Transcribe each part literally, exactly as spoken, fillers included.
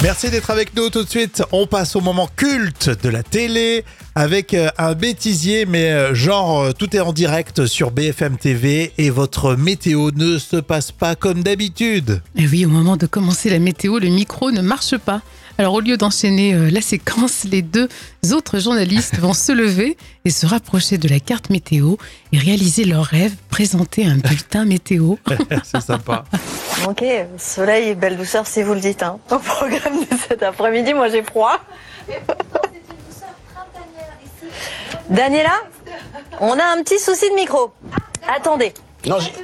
Merci d'être avec nous tout de suite. On passe au moment culte de la télé avec un bêtisier, mais genre tout est en direct sur B F M T V et votre météo ne se passe pas comme d'habitude. Et oui, au moment de commencer la météo, le micro ne marche pas. Alors au lieu d'enchaîner la séquence, les deux autres journalistes vont se lever et se rapprocher de la carte météo et réaliser leur rêve, présenter un bulletin météo. C'est sympa. Ok, soleil et belle douceur si vous le dites. Hein. Au programme de cet après-midi, moi j'ai froid. Daniela, on a un petit souci de micro. Attendez. Non, j'ai...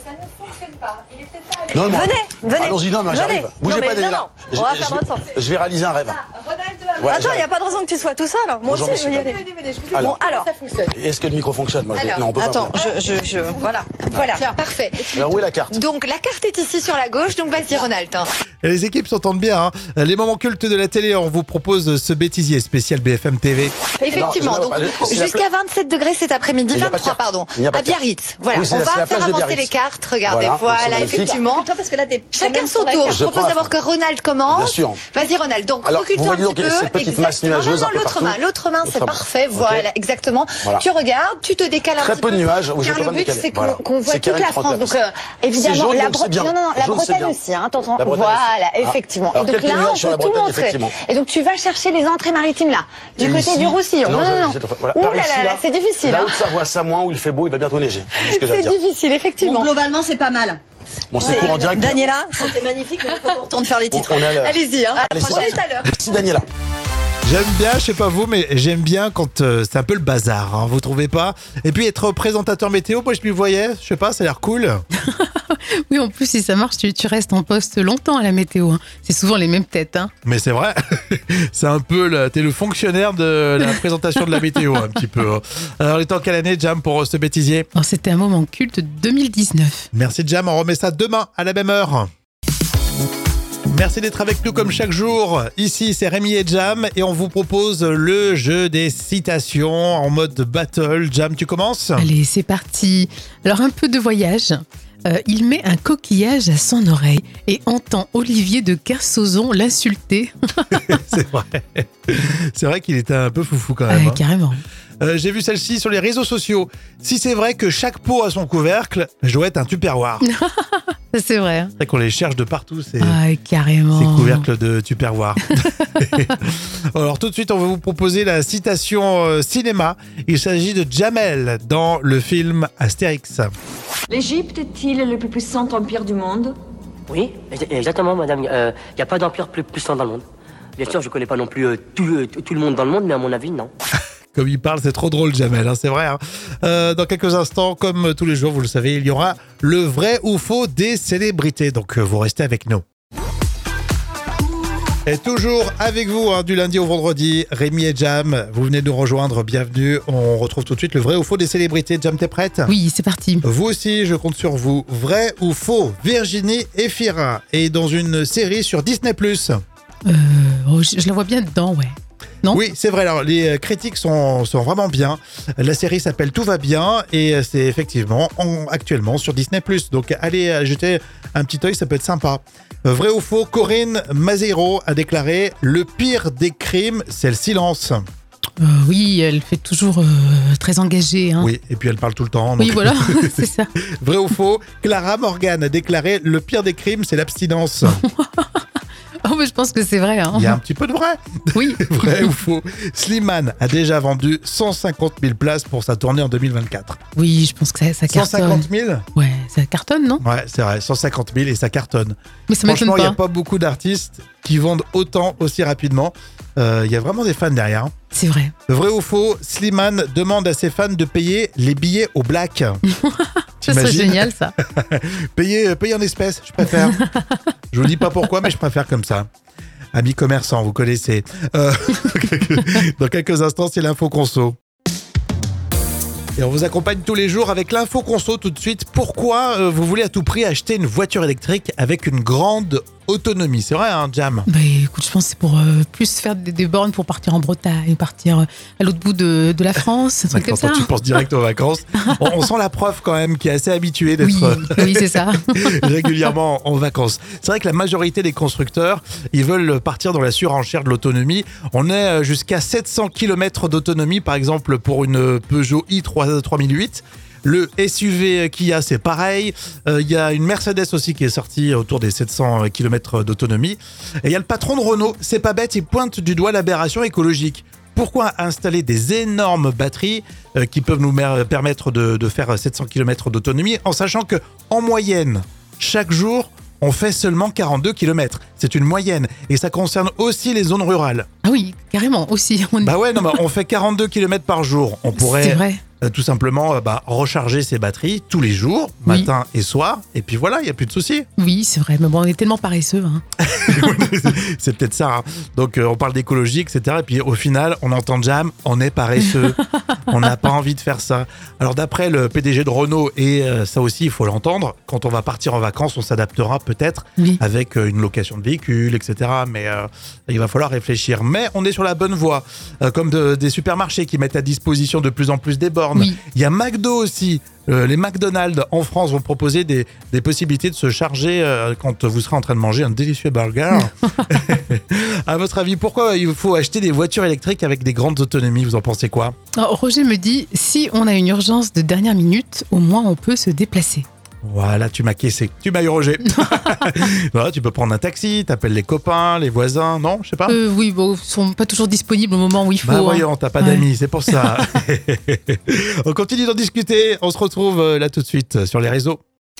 Non, non. Venez, venez. Allons-y, non, mais j'arrive. Bougez non, mais pas, Daniela. non, non. On va faire votre sens. Je vais réaliser un rêve. Ouais, Attends, il j'arrive. n'y a pas de raison que tu sois tout seul. Moi Bonjour, aussi, je vais y monsieur. aller. Alors, Bon, alors. est-ce que le micro fonctionne? Moi, je... Alors, non, on peut Attends, pas. je, je, je, voilà. Voilà, parfait. Alors, où est la carte? Donc la carte est ici sur la gauche, donc vas-y Ronald. hein. Et les équipes s'entendent bien. Hein. Les moments cultes de la télé, on vous propose ce bêtisier spécial B F M T V. Effectivement, Non, je- donc c'est la jusqu'à vingt-sept degrés cet après-midi, Il n'y a pas de vingt-trois carte. pardon, Il n'y a pas à de carte. Biarritz. Voilà, Oui, c'est on la- c'est la va place faire de avancer Biarritz. les cartes, regardez, Voilà, voilà, c'est magnifique. effectivement. parce que là, des Chacun son tour. Je Je propose prends. d'abord que Ronald commence. Bien sûr. Vas-y Ronald, donc Alors, recule-toi vous un voyez petit donc peu. cette petite Exactement. masse nuageuse Non, un non, peu l'autre partout. main, l'autre main, c'est L'autre main. parfait, Ok. voilà, exactement. Voilà. Tu regardes, tu te décales un Très petit peu peu. de nuages, oui, je Car peux pas le me but, décaler. c'est qu'on Voilà. qu'on voit C'est toute carré la de France. trente-neuf. Donc, euh, évidemment, jaune, la, donc c'est Bre- bien. non, non, non, la Jaune, c'est Bretagne bien. aussi, hein, attention. La Bretagne Voilà, aussi. effectivement. Alors, Et donc quelques là, nuages on sur la peut tout Bretagne, montrer. effectivement. Et donc, tu vas chercher les entrées maritimes là, du Et côté ici, du Roussillon. Non, non, non. c'est- voilà. Ouh Par là ici, là, là, c'est difficile. La hein. Haute-Savoie, Samoin, où il fait beau, il va bientôt neiger. C'est ce que j'allais C'est dire. difficile, effectivement. globalement, c'est pas mal. Bon, c'est court en direct. Daniela, c'était magnifique, mais il faut qu'on retourne faire les On, titres. on a le... Allez-y, hein. Allez, c'est On est parti. à l'heure. Merci, Daniela. J'aime bien, je sais pas vous, mais j'aime bien quand euh, c'est un peu le bazar, hein, vous trouvez pas? Et puis être présentateur météo, moi je m'y voyais, je sais pas, ça a l'air cool. Oui, en plus, si ça marche, tu, tu restes en poste longtemps à la météo. hein. C'est souvent les mêmes têtes. Hein. Mais c'est vrai, c'est un peu, le, t'es le fonctionnaire de la présentation de la météo, un petit peu. Alors, il est en quelle année, Jam, pour ce bêtisier? Alors, c'était un moment culte deux mille dix-neuf. Merci, Jam, on remet ça demain à la même heure. Merci d'être avec nous comme chaque jour. Ici, c'est Rémi et Jam et on vous propose le jeu des citations en mode battle. Jam, tu commences? Allez, c'est parti. Alors, un peu de voyage. Euh, il met un coquillage à son oreille et entend Olivier de Kersauzon l'insulter. C'est vrai. C'est vrai qu'il était un peu foufou quand Ouais, même. hein. carrément. Euh, J'ai vu celle-ci sur les réseaux sociaux. Si c'est vrai que chaque pot a son couvercle, je dois être un tupperware. Ça, c'est vrai. hein. C'est vrai qu'on les cherche de partout, ces, Ah, carrément. ces couvercles de tupperware. Alors tout de suite, on va vous proposer la citation euh, cinéma. Il s'agit de Jamel dans le film Astérix. L'Égypte est-il le plus puissant empire du monde? Oui, ex- exactement, madame. Il n'y a pas d'empire plus puissant dans le monde. Bien sûr, je connais pas non plus euh, tout, euh, tout le monde dans le monde, mais à mon avis, non. Comme il parle, c'est trop drôle, Jamel, hein, c'est vrai. hein. Euh, dans quelques instants, comme tous les jours, vous le savez, il y aura le vrai ou faux des célébrités. Donc, euh, vous restez avec nous. Et toujours avec vous, hein, du lundi au vendredi, Rémi et Jam, vous venez de nous rejoindre, bienvenue. On retrouve tout de suite le vrai ou faux des célébrités. Jam, t'es prête? Oui, c'est parti. Vous aussi, je compte sur vous. Vrai ou faux, Virginie Efira est dans une série sur Disney plus. Euh, oh, je, je la vois bien dedans, ouais. Non? Oui, c'est vrai. Alors, les euh, critiques sont, sont vraiment bien. La série s'appelle Tout va bien et euh, c'est effectivement en- actuellement sur Disney plus. Donc, allez euh, jeter un petit œil, ça peut être sympa. Euh, Vrai ou faux, Corinne Mazeiro a déclaré « Le pire des crimes, c'est le silence Euh, oui, elle fait toujours euh, très engagée. ». Hein. Oui, et puis elle parle tout le temps. Oui, donc- voilà, c'est ça. Vrai ou faux, Clara Morgan a déclaré « Le pire des crimes, c'est l'abstinence ». Oh, mais je pense que c'est vrai. Hein. Il y a un petit peu de vrai. Oui. Vrai ou faux, Slimane a déjà vendu cent cinquante mille places pour sa tournée en deux mille vingt-quatre. Oui, je pense que ça, ça cent cartonne. cinquante mille Ouais, ça cartonne, non? Ouais, c'est vrai, cent cinquante mille et ça cartonne. Mais ça m'étonne Franchement, il n'y pas. a pas beaucoup d'artistes qui vendent autant aussi rapidement. Euh, Il y a vraiment des fans derrière. C'est vrai. Vrai ou faux, Slimane demande à ses fans de payer les billets au black. Ça serait T'imagines? génial, ça. payer, payer en espèces, je préfère. Je vous dis pas pourquoi, mais je préfère comme ça. Amis commerçants, vous connaissez. Euh, dans quelques instants, c'est l'info conso. Et on vous accompagne tous les jours avec l'info conso tout de suite. Pourquoi euh, vous voulez à tout prix acheter une voiture électrique avec une grande autonomie. C'est vrai, hein, Jam? Bah écoute, je pense que c'est pour euh, plus faire des, des bornes pour partir en Bretagne, partir euh, à l'autre bout de, de la France, un truc comme D'accord, ça. toi, tu penses direct aux vacances. On, on sent la prof quand même qui est assez habituée d'être Oui, oui, c'est ça. régulièrement en vacances. C'est vrai que la majorité des constructeurs, ils veulent partir dans la surenchère de l'autonomie. On est jusqu'à sept cents kilomètres d'autonomie, par exemple pour une Peugeot i trois mille huit. Le S U V Kia, c'est pareil. Il euh, y a une Mercedes aussi qui est sortie autour des sept cents kilomètres d'autonomie. Et il y a le patron de Renault, c'est pas bête, il pointe du doigt l'aberration écologique. Pourquoi installer des énormes batteries euh, qui peuvent nous mer- permettre de, de faire sept cents kilomètres d'autonomie en sachant que en moyenne, chaque jour, on fait seulement quarante-deux kilomètres. C'est une moyenne. Et ça concerne aussi les zones rurales. Ah oui, carrément, aussi. On... Bah ouais, non, bah, on fait quarante-deux kilomètres par jour. On pourrait... C'est vrai. Euh, tout simplement euh, bah, recharger ses batteries tous les jours, Oui. matin et soir, et puis voilà, il n'y a plus de soucis. Oui, c'est vrai, mais bon, on est tellement paresseux. Hein. C'est peut-être ça. Hein. Donc euh, on parle d'écologie, et cetera. Et puis au final, on entend Jam, on est paresseux, on n'a pas envie de faire ça. Alors d'après le P D G de Renault, et euh, ça aussi il faut l'entendre, quand on va partir en vacances, on s'adaptera peut-être Oui. avec euh, une location de véhicule, et cetera. Mais euh, il va falloir réfléchir. Mais on est sur la bonne voie, euh, comme de, des supermarchés qui mettent à disposition de plus en plus des bornes. Oui. Il y a McDo aussi. Euh, les McDonald's en France vont proposer des, des possibilités de se charger euh, quand vous serez en train de manger un délicieux burger. À votre avis, pourquoi il faut acheter des voitures électriques avec des grandes autonomies? Vous en pensez quoi? Alors, Roger me dit, si on a une urgence de dernière minute, au moins on peut se déplacer. Voilà, tu m'as caissé. Tu m'as eu Roger. Voilà, tu peux prendre un taxi, t'appelles les copains, les voisins, non? Je sais pas. Euh, oui, bon, ils sont pas toujours disponibles au moment où il faut. Bah hein. voyons, t'as pas Ouais. d'amis, c'est pour ça. On continue d'en discuter. On se retrouve euh, là tout de suite sur les réseaux.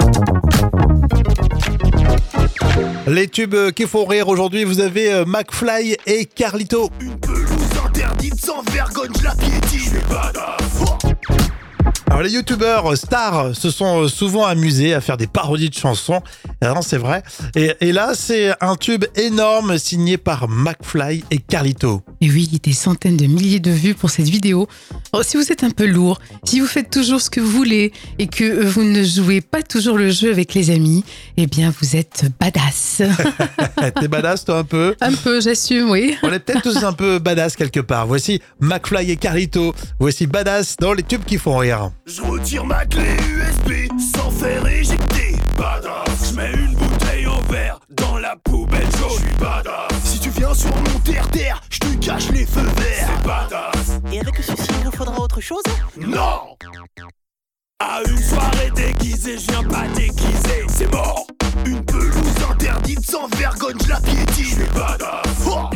Les tubes euh, qui font rire aujourd'hui, vous avez euh, McFly et Carlito. Une pelouse interdite sans vergogne, je la piétine. Je suis badass. Oh. Alors les youtubeurs stars se sont souvent amusés à faire des parodies de chansons, non, c'est vrai. Et, et là, c'est un tube énorme signé par McFly et Carlito. Et oui, des centaines de milliers de vues pour cette vidéo. Alors, si vous êtes un peu lourd, si vous faites toujours ce que vous voulez et que vous ne jouez pas toujours le jeu avec les amis, eh bien vous êtes badass. T'es badass toi un peu? Un peu, j'assume, oui. On est peut-être tous un peu badass quelque part. Voici McFly et Carlito. Voici badass dans les tubes qui font rire. Je retire ma clé U S B sans faire éjecter. Badass. Je mets une bouteille en verre dans la poubelle jaune. Je suis badass. Si tu viens sur mon terre-terre, je te cache les feux verts. C'est badass. Et avec ceci, il nous faudra autre chose? Non. À une soirée déguisée, je viens pas déguisé. C'est mort. Une pelouse interdite sans vergogne, je la piétine. Je suis badass. Oh.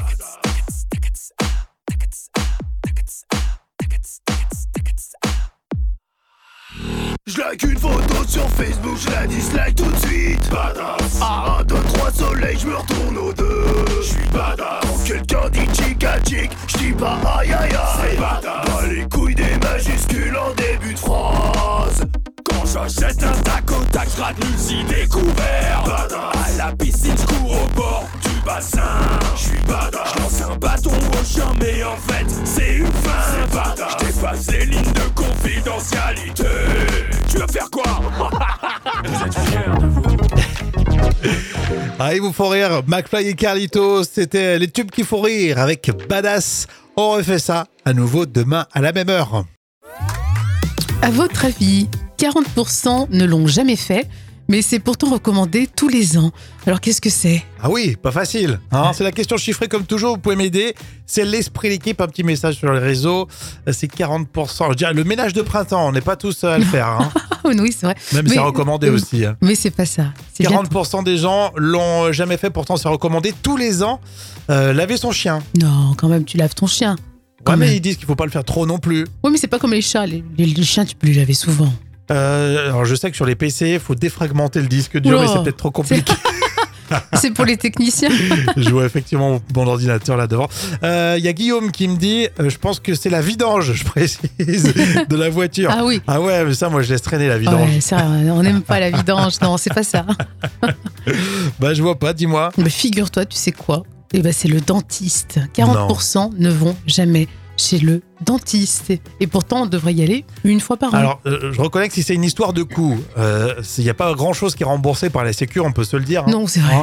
Je like une photo sur Facebook, je la dislike tout de suite. Badass. À un, deux, trois soleil, je me retourne aux deux. Je suis badass. Quand quelqu'un dit chica chic, je dis pas aïe aïe aïe. C'est badass. Pas les couilles des majuscules en début de phrase. Quand j'achète un tac au tac, je rate nul découvert. Badass. À la piscine, je cours au bord du bassin. Je suis badass. Je lance un bâton au chien, mais en fait, c'est une fin. C'est badass. Je dépasse les lignes de confidentialité. Tu veux faire quoi? Vous êtes fiers de vous? Ah, ils vous font rire. McFly et Carlito, c'était les tubes qui font rire avec badass. On refait ça à nouveau demain à la même heure. À votre avis, quarante pour cent ne l'ont jamais fait, mais c'est pourtant recommandé tous les ans. Alors qu'est-ce que c'est? Ah oui, pas facile. Hein, c'est la question chiffrée comme toujours, vous pouvez m'aider. C'est l'esprit d'équipe, un petit message sur les réseaux. C'est quarante pour cent. Je dirais le ménage de printemps, on n'est pas tous à le faire. Hein. Oui, c'est vrai. Même mais, c'est recommandé aussi. Hein. Mais c'est pas ça. C'est quarante pour cent des gens l'ont jamais fait, pourtant c'est recommandé tous les ans. Euh, laver son chien. Bien... Non, quand même, tu laves ton chien. Ouais, mais même. ils disent qu'il faut pas le faire trop non plus. Oui, mais c'est pas comme les chats. Les, les, les chiens, tu peux les laver souvent. Euh, alors je sais que sur les P C, il faut défragmenter le disque dur, Oh, mais c'est peut-être trop compliqué. C'est pour les techniciens. Je vois effectivement mon ordinateur là devant. Il euh, y a Guillaume qui me dit, euh, je pense que c'est la vidange, je précise, de la voiture. Ah oui. Ah ouais, mais ça, moi je laisse traîner la vidange. Ouais, ça, on n'aime pas la vidange. Non, c'est pas ça. Bah je vois pas, dis-moi. Bah, figure-toi, tu sais quoi? Eh ben, c'est le dentiste. quarante pour cent non. ne vont jamais chez le dentiste. Et pourtant, on devrait y aller une fois par an. Alors, euh, je reconnais que si c'est une histoire de coût, il euh, n'y a pas grand-chose qui est remboursé par la Sécu, on peut se le dire. Non, c'est vrai. Hein,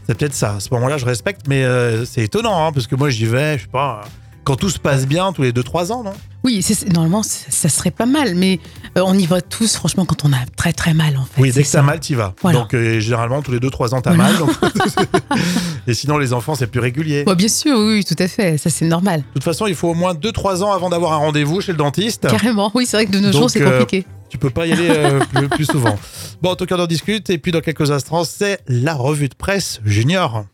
C'est peut-être ça. À ce moment-là, je respecte, mais euh, c'est étonnant, hein, parce que moi, j'y vais, je sais pas, euh, quand tout se passe bien, tous les deux trois ans, non? Oui, c'est, c'est- normalement, ça, ça serait pas mal, mais euh, on y va tous, franchement, quand on a très très mal, en fait. Oui, dès C'est que ça a mal, t'y vas. Voilà. Donc, euh, généralement, tous les deux trois ans, t'as Voilà. mal. donc- Et sinon, les enfants, c'est plus régulier. Bon, bien sûr, oui, oui, tout à fait, ça c'est normal. De toute façon, il faut au moins deux trois ans avant d'avoir un rendez-vous chez le dentiste. Carrément, oui, c'est vrai que de nos Donc, jours, c'est euh, compliqué. Tu peux pas y aller euh, plus, plus souvent. Bon, en tout cas, on en discute. Et puis, dans quelques instants, c'est la revue de presse junior.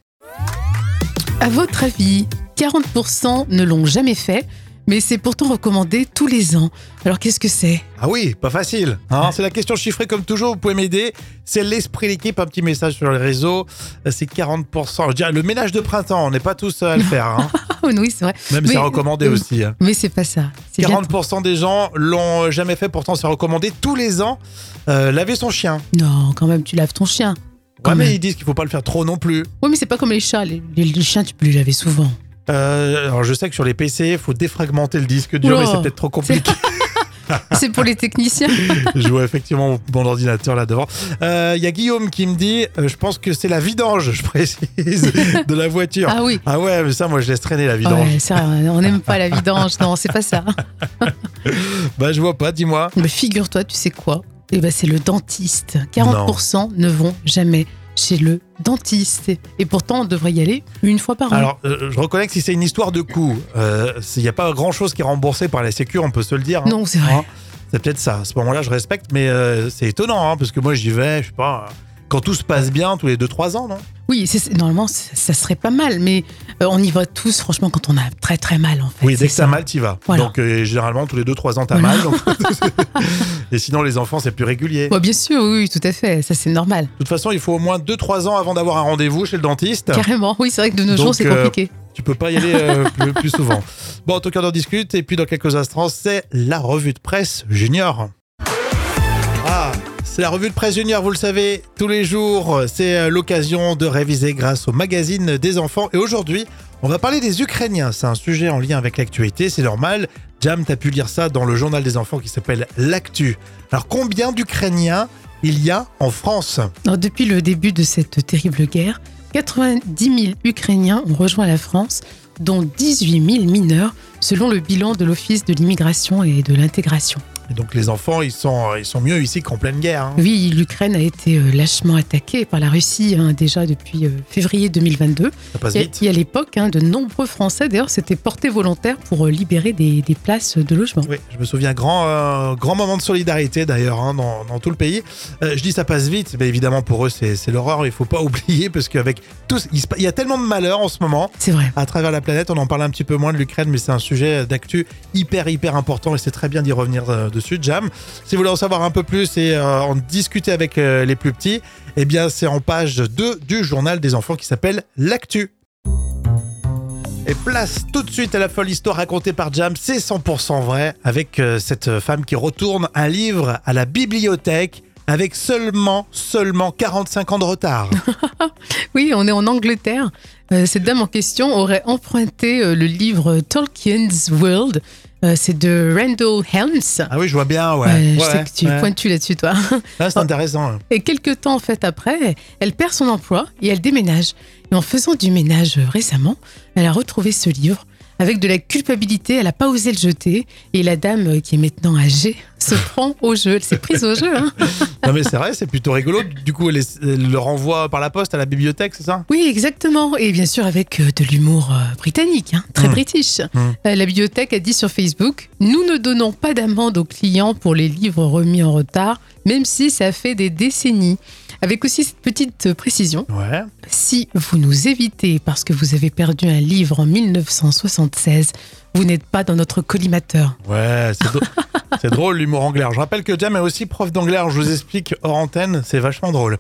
À votre avis, quarante pour cent ne l'ont jamais fait, mais c'est pourtant recommandé tous les ans. Alors qu'est-ce que c'est? Ah oui, pas facile. Hein, c'est la question chiffrée comme toujours. Vous pouvez m'aider. C'est l'esprit d'équipe. Un petit message sur les réseaux. C'est quarante pour cent. Je dirais le ménage de printemps. On n'est pas tous à le faire. Hein. Ah oui, c'est vrai. Même Mais- c'est recommandé euh, aussi. hein. Mais c'est pas ça. C'est bien- quarante pour cent des gens l'ont jamais fait. Pourtant, c'est recommandé tous les ans. Euh, laver son chien. Non, quand même, tu laves ton chien. Quand Ouais, mais même. ils disent qu'il faut pas le faire trop non plus. Oui, mais c'est pas comme les chats. Les, les- les chiens, tu peux les laver souvent. Euh, alors, je sais que sur les P C, il faut défragmenter le disque dur, Oula. mais c'est peut-être trop compliqué. C'est pour les techniciens. Je vois effectivement mon ordinateur là devant. Euh, Il y a Guillaume qui me dit, euh, je pense que c'est la vidange, je précise, de la voiture. Ah oui. Ah ouais, mais ça, moi, je laisse traîner la vidange. Ouais, c'est vrai, on n'aime pas la vidange. Non, c'est pas ça. Bah, je vois pas, dis-moi. Mais figure-toi, tu sais quoi? Eh ben, c'est le dentiste. quarante pour cent ne vont jamais chez le dentiste. Et pourtant, on devrait y aller une fois par an. Alors, euh, je reconnais que si c'est une histoire de coût, il n'y a pas grand-chose qui est remboursé par la Sécu, on peut se le dire. hein. Non, c'est vrai. Hein, c'est peut-être ça. À ce moment-là, je respecte, mais euh, c'est étonnant, hein, parce que moi, j'y vais, je sais pas, euh, quand tout se passe bien, tous les deux trois ans, non? Oui, c'est, c'est- normalement, ça, ça serait pas mal, mais euh, on y va tous, franchement, quand on a très très mal, en fait. Oui, dès C'est que ça a mal, t'y vas. Voilà. Donc, euh, généralement, tous les deux trois ans, t'as Voilà. mal. donc- Et sinon, les enfants, c'est plus régulier. Bon, bien sûr, oui, oui, tout à fait, ça c'est normal. De toute façon, il faut au moins deux trois ans avant d'avoir un rendez-vous chez le dentiste. Carrément, oui, c'est vrai que de nos Donc, jours, c'est euh, compliqué. Tu peux pas y aller euh, plus, plus souvent. Bon, en tout cas, on en discute. Et puis, dans quelques instants, c'est la revue de presse junior. Ah, c'est la revue de presse junior, vous le savez, tous les jours, c'est euh, l'occasion de réviser grâce au magazine des enfants. Et aujourd'hui, on va parler des Ukrainiens. C'est un sujet en lien avec l'actualité, c'est normal. Jam, t'as pu lire ça dans le journal des enfants qui s'appelle L'Actu. Alors, combien d'Ukrainiens il y a en France? Alors, depuis le début de cette terrible guerre, quatre-vingt-dix mille Ukrainiens ont rejoint la France, dont dix-huit mille mineurs, selon le bilan de l'Office de l'immigration et de l'intégration. Et donc, les enfants, ils sont, ils sont mieux ici qu'en pleine guerre. hein. Oui, l'Ukraine a été euh, lâchement attaquée par la Russie hein, déjà depuis euh, février deux mille vingt-deux. Ça passe Et, vite. et à l'époque, hein, de nombreux Français d'ailleurs s'étaient portés volontaires pour euh, libérer des, des places de logement. Oui, je me souviens, grand, euh, grand moment de solidarité d'ailleurs hein, dans, dans tout le pays. Euh, je dis ça passe vite, mais évidemment pour eux c'est, c'est l'horreur, il faut pas oublier parce qu'avec tous, il, se pa- il y a tellement de malheurs en ce moment C'est vrai. à travers la planète, on en parle un petit peu moins de l'Ukraine, mais c'est un sujet d'actu hyper hyper important et c'est très bien d'y revenir euh, dessus, Jam. Si vous voulez en savoir un peu plus et euh, en discuter avec euh, les plus petits, eh bien c'est en page deux du journal des enfants qui s'appelle L'Actu. Et place tout de suite à la folle histoire racontée par Jam, c'est cent pour cent vrai, avec euh, cette femme qui retourne un livre à la bibliothèque avec seulement, seulement quarante-cinq ans de retard. Oui, on est en Angleterre. Euh, cette dame en question aurait emprunté euh, le livre Tolkien's World. Euh, c'est de Randall Helms. Ah oui, je vois bien, ouais. Ouais, je Ouais, sais que tu es ouais. pointu là-dessus, toi. Ah, c'est intéressant. Et quelques temps en fait après, elle perd son emploi et elle déménage. Et en faisant du ménage euh, récemment, elle a retrouvé ce livre. Avec de la culpabilité, elle n'a pas osé le jeter. Et la dame, euh, qui est maintenant âgée, se prend au jeu. Elle s'est prise au jeu. Hein. Non mais c'est vrai, c'est plutôt rigolo. Du coup, elle, est- elle le renvoie par la poste à la bibliothèque, c'est ça? Oui, exactement. Et bien sûr avec euh, de l'humour euh, britannique, hein, très Mmh. british. Mmh. Euh, la bibliothèque a dit sur Facebook « Nous ne donnons pas d'amende aux clients pour les livres remis en retard, même si ça fait des décennies. » Avec aussi cette petite précision, Ouais. si vous nous évitez parce que vous avez perdu un livre en mille neuf cent soixante-seize, vous n'êtes pas dans notre collimateur. Ouais, c'est, drôle. C'est drôle l'humour anglais. Alors, je rappelle que Jam est aussi prof d'anglais. Alors, je vous explique hors antenne, c'est vachement drôle.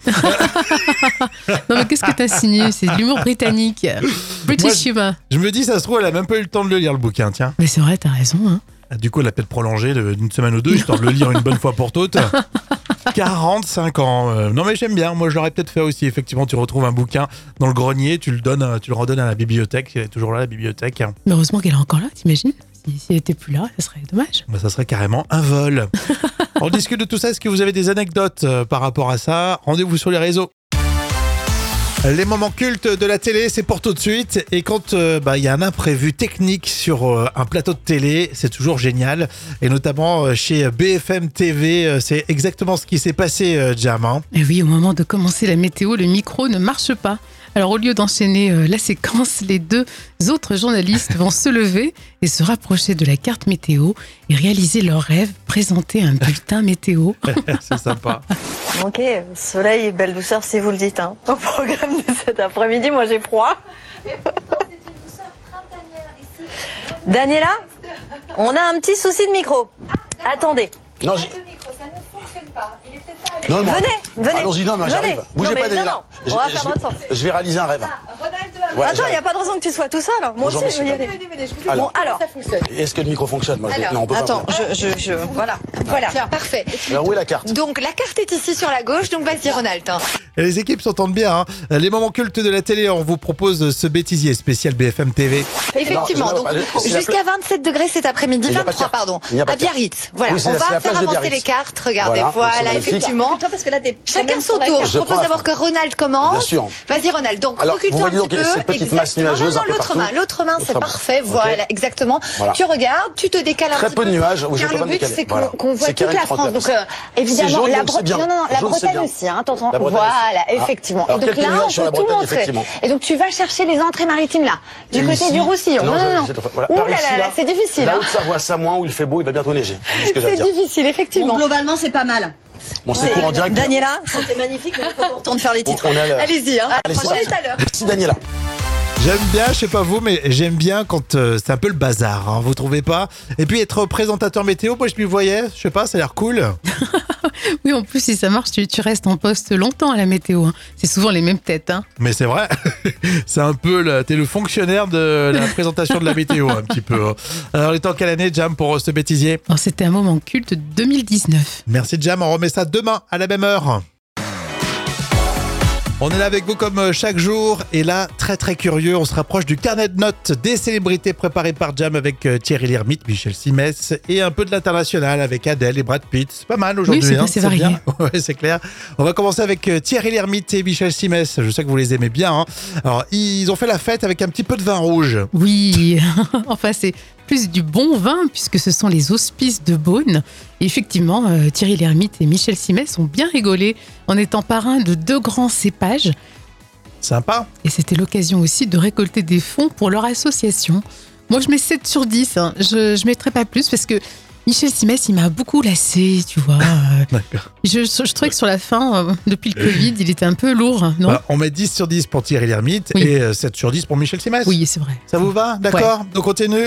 Non mais qu'est-ce que t'as signé? C'est de l'humour britannique. British Moi, humour. Je me dis, ça se trouve, elle a même pas eu le temps de le lire le bouquin, tiens. Mais c'est vrai, t'as raison. Hein. Du coup, elle a peut-être prolongé de- d'une semaine ou deux, histoire de le lire une bonne fois pour toutes. quarante-cinq ans. Euh, non mais j'aime bien. Moi, je l'aurais peut-être fait aussi. Effectivement, tu retrouves un bouquin dans le grenier, tu le donnes, euh, tu le redonnes à la bibliothèque. Elle est toujours là, la bibliothèque. Mais heureusement qu'elle est encore là, t'imagines? Si, si elle était plus là, ça serait dommage. Bah, ça serait carrément un vol. On discute de tout ça. Est-ce que vous avez des anecdotes euh, par rapport à ça? Rendez-vous sur les réseaux. Les moments cultes de la télé, c'est pour tout de suite. Et quand euh, bah, il y a un imprévu technique sur euh, un plateau de télé, c'est toujours génial. Et notamment euh, chez B F M T V, euh, c'est exactement ce qui s'est passé, euh, Jam. Hein. Et oui, au moment de commencer la météo, le micro ne marche pas. Alors au lieu d'enchaîner euh, la séquence, les deux autres journalistes vont se lever et se rapprocher de la carte météo et réaliser leur rêve, présenter un bulletin météo. C'est sympa. Ok, soleil et belle douceur si vous le dites. Hein. Au programme de cet après-midi, moi j'ai froid. Daniela, on a un petit souci de micro. Attendez. Non, j'ai- Non, non. Venez, venez. Allons-y, non, non, Venez. j'arrive. Bougez Non, mais pas, Daniela. non, Je- on va je- faire votre sens. Je vais réaliser un rêve. Ouais, Attends, il j'arrive. n'y a pas de raison que tu sois tout seul. Moi Bonjour, aussi, je veux y monsieur. aller. Alors, Bon, alors, est-ce que le micro fonctionne moi, je- Alors, Non, on peut attends, pas. je, je, je, voilà, voilà. Tiens, parfait. Alors, où est la carte? Donc la carte est ici sur la gauche, donc vas-y Ronald. hein. Et les équipes s'entendent bien. Hein. Les moments cultes de la télé, on vous propose ce bêtisier spécial B F M T V. Effectivement, Non, je- donc c'est la jusqu'à vingt-sept degrés cet après-midi, Il n'y a pas de vingt-trois carte. pardon, Il n'y a pas à de carte. Biarritz. Voilà, Oui, c'est on la- c'est la va faire place de avancer Biarritz. les cartes, regardez, Voilà, voilà, donc c'est magnifique. effectivement. parce que là, t'es Chacun son tour. Je Je propose prends. d'abord que Ronald commence. Bien sûr. Vas-y Ronald, donc Alors, recule-toi vous un voyez petit donc peu. cette petite Exactement. masse nuageuse Non, un non, peu l'autre partout. main, l'autre main, c'est L'autre main. parfait, Ok. voilà, exactement. Voilà. Tu regardes, tu te décales un Très petit peu peu. de nuages, oui, je Car peux pas le me but, décaler. c'est qu'on Voilà. qu'on voit C'est toute carré la de France. trente-neuf. Donc, euh, évidemment, jaune, la, donc c'est Bre- bien. non, non, non, la Jaune, c'est Bretagne bien. aussi, hein, attention. La Bretagne Voilà, aussi. Ah. effectivement. Alors, Et donc quelques là, on nuages sur la peut tout Bretagne, montrer. effectivement. Et donc, tu vas chercher les entrées maritimes là, du Et côté ici, du Roussillon. Non, non, non. c'est- voilà. Ouh Par là ici, là, là, c'est difficile. La hein. Haute-Savoie, Samoin, où il fait beau, il va bientôt neiger. C'est ce que j'allais C'est dire. difficile, effectivement. globalement, c'est pas mal. Bon, c'est court en direct. Daniela, c'était magnifique, mais il faut qu'on retourne faire les On, titres. on est à l'heure. Allez-y, hein. Allez, c'est On est parti. à l'heure. Merci, Daniela. J'aime bien, je sais pas vous, mais j'aime bien quand euh, c'est un peu le bazar, hein, vous trouvez pas? Et puis être présentateur météo, moi je m'y voyais, je sais pas, ça a l'air cool. Oui, en plus, si ça marche, tu, tu restes en poste longtemps à la météo. hein. C'est souvent les mêmes têtes. Hein. Mais c'est vrai, c'est un peu, le, t'es le fonctionnaire de la présentation de la météo, un petit peu. Alors, il est en quelle année, Jam, pour euh, ce bêtisier? Alors, c'était un moment culte deux mille dix-neuf. Merci, Jam, on remet ça demain à la même heure. On est là avec vous comme chaque jour et là, très très curieux, on se rapproche du carnet de notes des célébrités préparé par Jam avec euh, Thierry Lhermitte, Michel Simès et un peu de l'international avec Adèle et Brad Pitt. C'est pas mal aujourd'hui. Oui, c'est hein, assez varié. bien. Ouais, c'est clair. On va commencer avec euh, Thierry Lhermitte et Michel Simès. Je sais que vous les aimez bien. Hein. Alors, ils ont fait la fête avec un petit peu de vin rouge. Oui, enfin, c'est plus du bon vin puisque ce sont les hospices de Beaune. Et effectivement, euh, Thierry Lhermitte et Michel Simès ont bien rigolé en étant parrains de deux grands cépages. Sympa. Et c'était l'occasion aussi de récolter des fonds pour leur association. Moi, je mets sept sur dix. Hein. Je ne mettrai pas plus parce que Michel Simès, il m'a beaucoup lassé, tu vois. Euh, D'accord. je, je trouvais que sur la fin, euh, depuis le Covid, il était un peu lourd, non? Bah, on met dix sur dix pour Thierry Lhermitte Oui. et euh, sept sur dix pour Michel Simès. Oui, c'est vrai. Ça vous va? D'accord. On continue.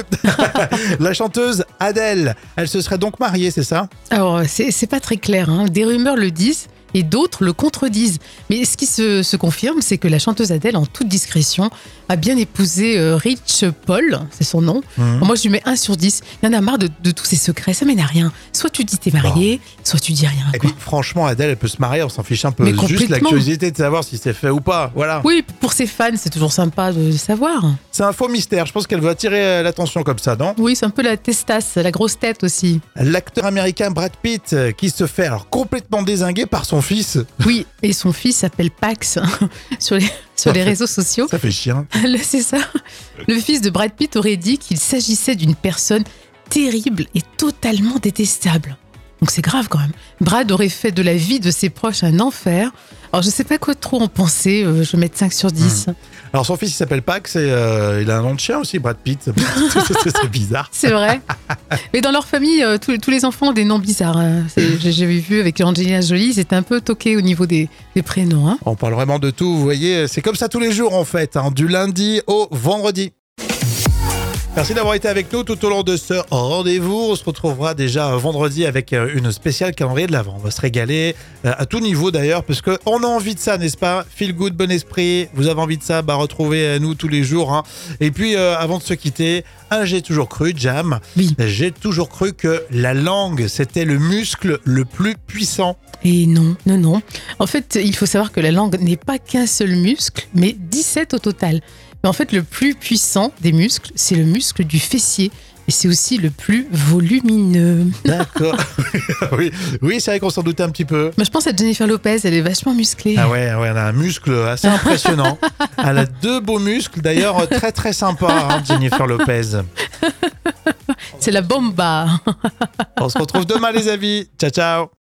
La chanteuse Adèle, elle se serait donc mariée, c'est ça? Alors, c'est c'est pas très clair. Hein. Des rumeurs le disent et d'autres le contredisent. Mais ce qui se, se confirme, c'est que la chanteuse Adèle, en toute discrétion, a bien épousé euh, Rich Paul, c'est son nom. Mmh. Moi, je lui mets un sur dix. Il y en a marre de, de tous ces secrets. Ça mène à rien. Soit tu dis t'es marié, soit tu dis rien. Et quoi. puis franchement, Adèle, elle peut se marier, on s'en fiche un peu. Mais Juste la complètement. curiosité de savoir si c'est fait ou pas. Voilà. Oui, pour ses fans, c'est toujours sympa de, de savoir. C'est un faux mystère. Je pense qu'elle veut attirer euh, l'attention comme ça, non? Oui, c'est un peu la testasse, la grosse tête aussi. L'acteur américain Brad Pitt euh, qui se fait alors complètement dézinguer par son fils. Oui, et son fils s'appelle Pax sur les, sur les réseaux sociaux. Ça fait chien. Là, c'est ça. Le fils de Brad Pitt aurait dit qu'il s'agissait d'une personne terrible et totalement détestable. Donc c'est grave quand même. Brad aurait fait de la vie de ses proches un enfer. Alors je sais pas quoi trop en penser, euh, je vais mettre cinq sur dix. Mmh. Alors son fils il s'appelle Pax et euh, il a un nom de chien aussi, Brad Pitt. C'est bizarre. C'est vrai. Mais dans leur famille, euh, tous, tous les enfants ont des noms bizarres. Hein. C'est- j'ai- J'avais vu avec Angelina Jolie, c'était un peu toqué au niveau des, des prénoms. Hein. On parle vraiment de tout, vous voyez. C'est comme ça tous les jours en fait, hein, du lundi au vendredi. Merci d'avoir été avec nous tout au long de ce rendez-vous. On se retrouvera déjà vendredi avec une spéciale calendrier de l'Avent. On va se régaler à tout niveau d'ailleurs, parce qu'on a envie de ça, n'est-ce pas? Feel good, bon esprit. Vous avez envie de ça, bah retrouvez nous tous les jours. Hein. Et puis euh, avant de se quitter, un j'ai toujours cru, Jam. Oui. J'ai toujours cru que la langue c'était le muscle le plus puissant. Et non, non, non. En fait, il faut savoir que la langue n'est pas qu'un seul muscle, mais dix-sept au total. Mais en fait, le plus puissant des muscles, c'est le muscle du fessier. Et et c'est aussi le plus volumineux. D'accord. oui, oui c'est vrai qu'on s'en doutait un petit peu. Moi, je pense à Jennifer Lopez, elle est vachement musclée. Ah ouais, ouais, elle a un muscle assez impressionnant. Elle a deux beaux muscles, d'ailleurs très très sympa, hein, Jennifer Lopez. C'est la bomba. On se retrouve demain les amis. Ciao ciao.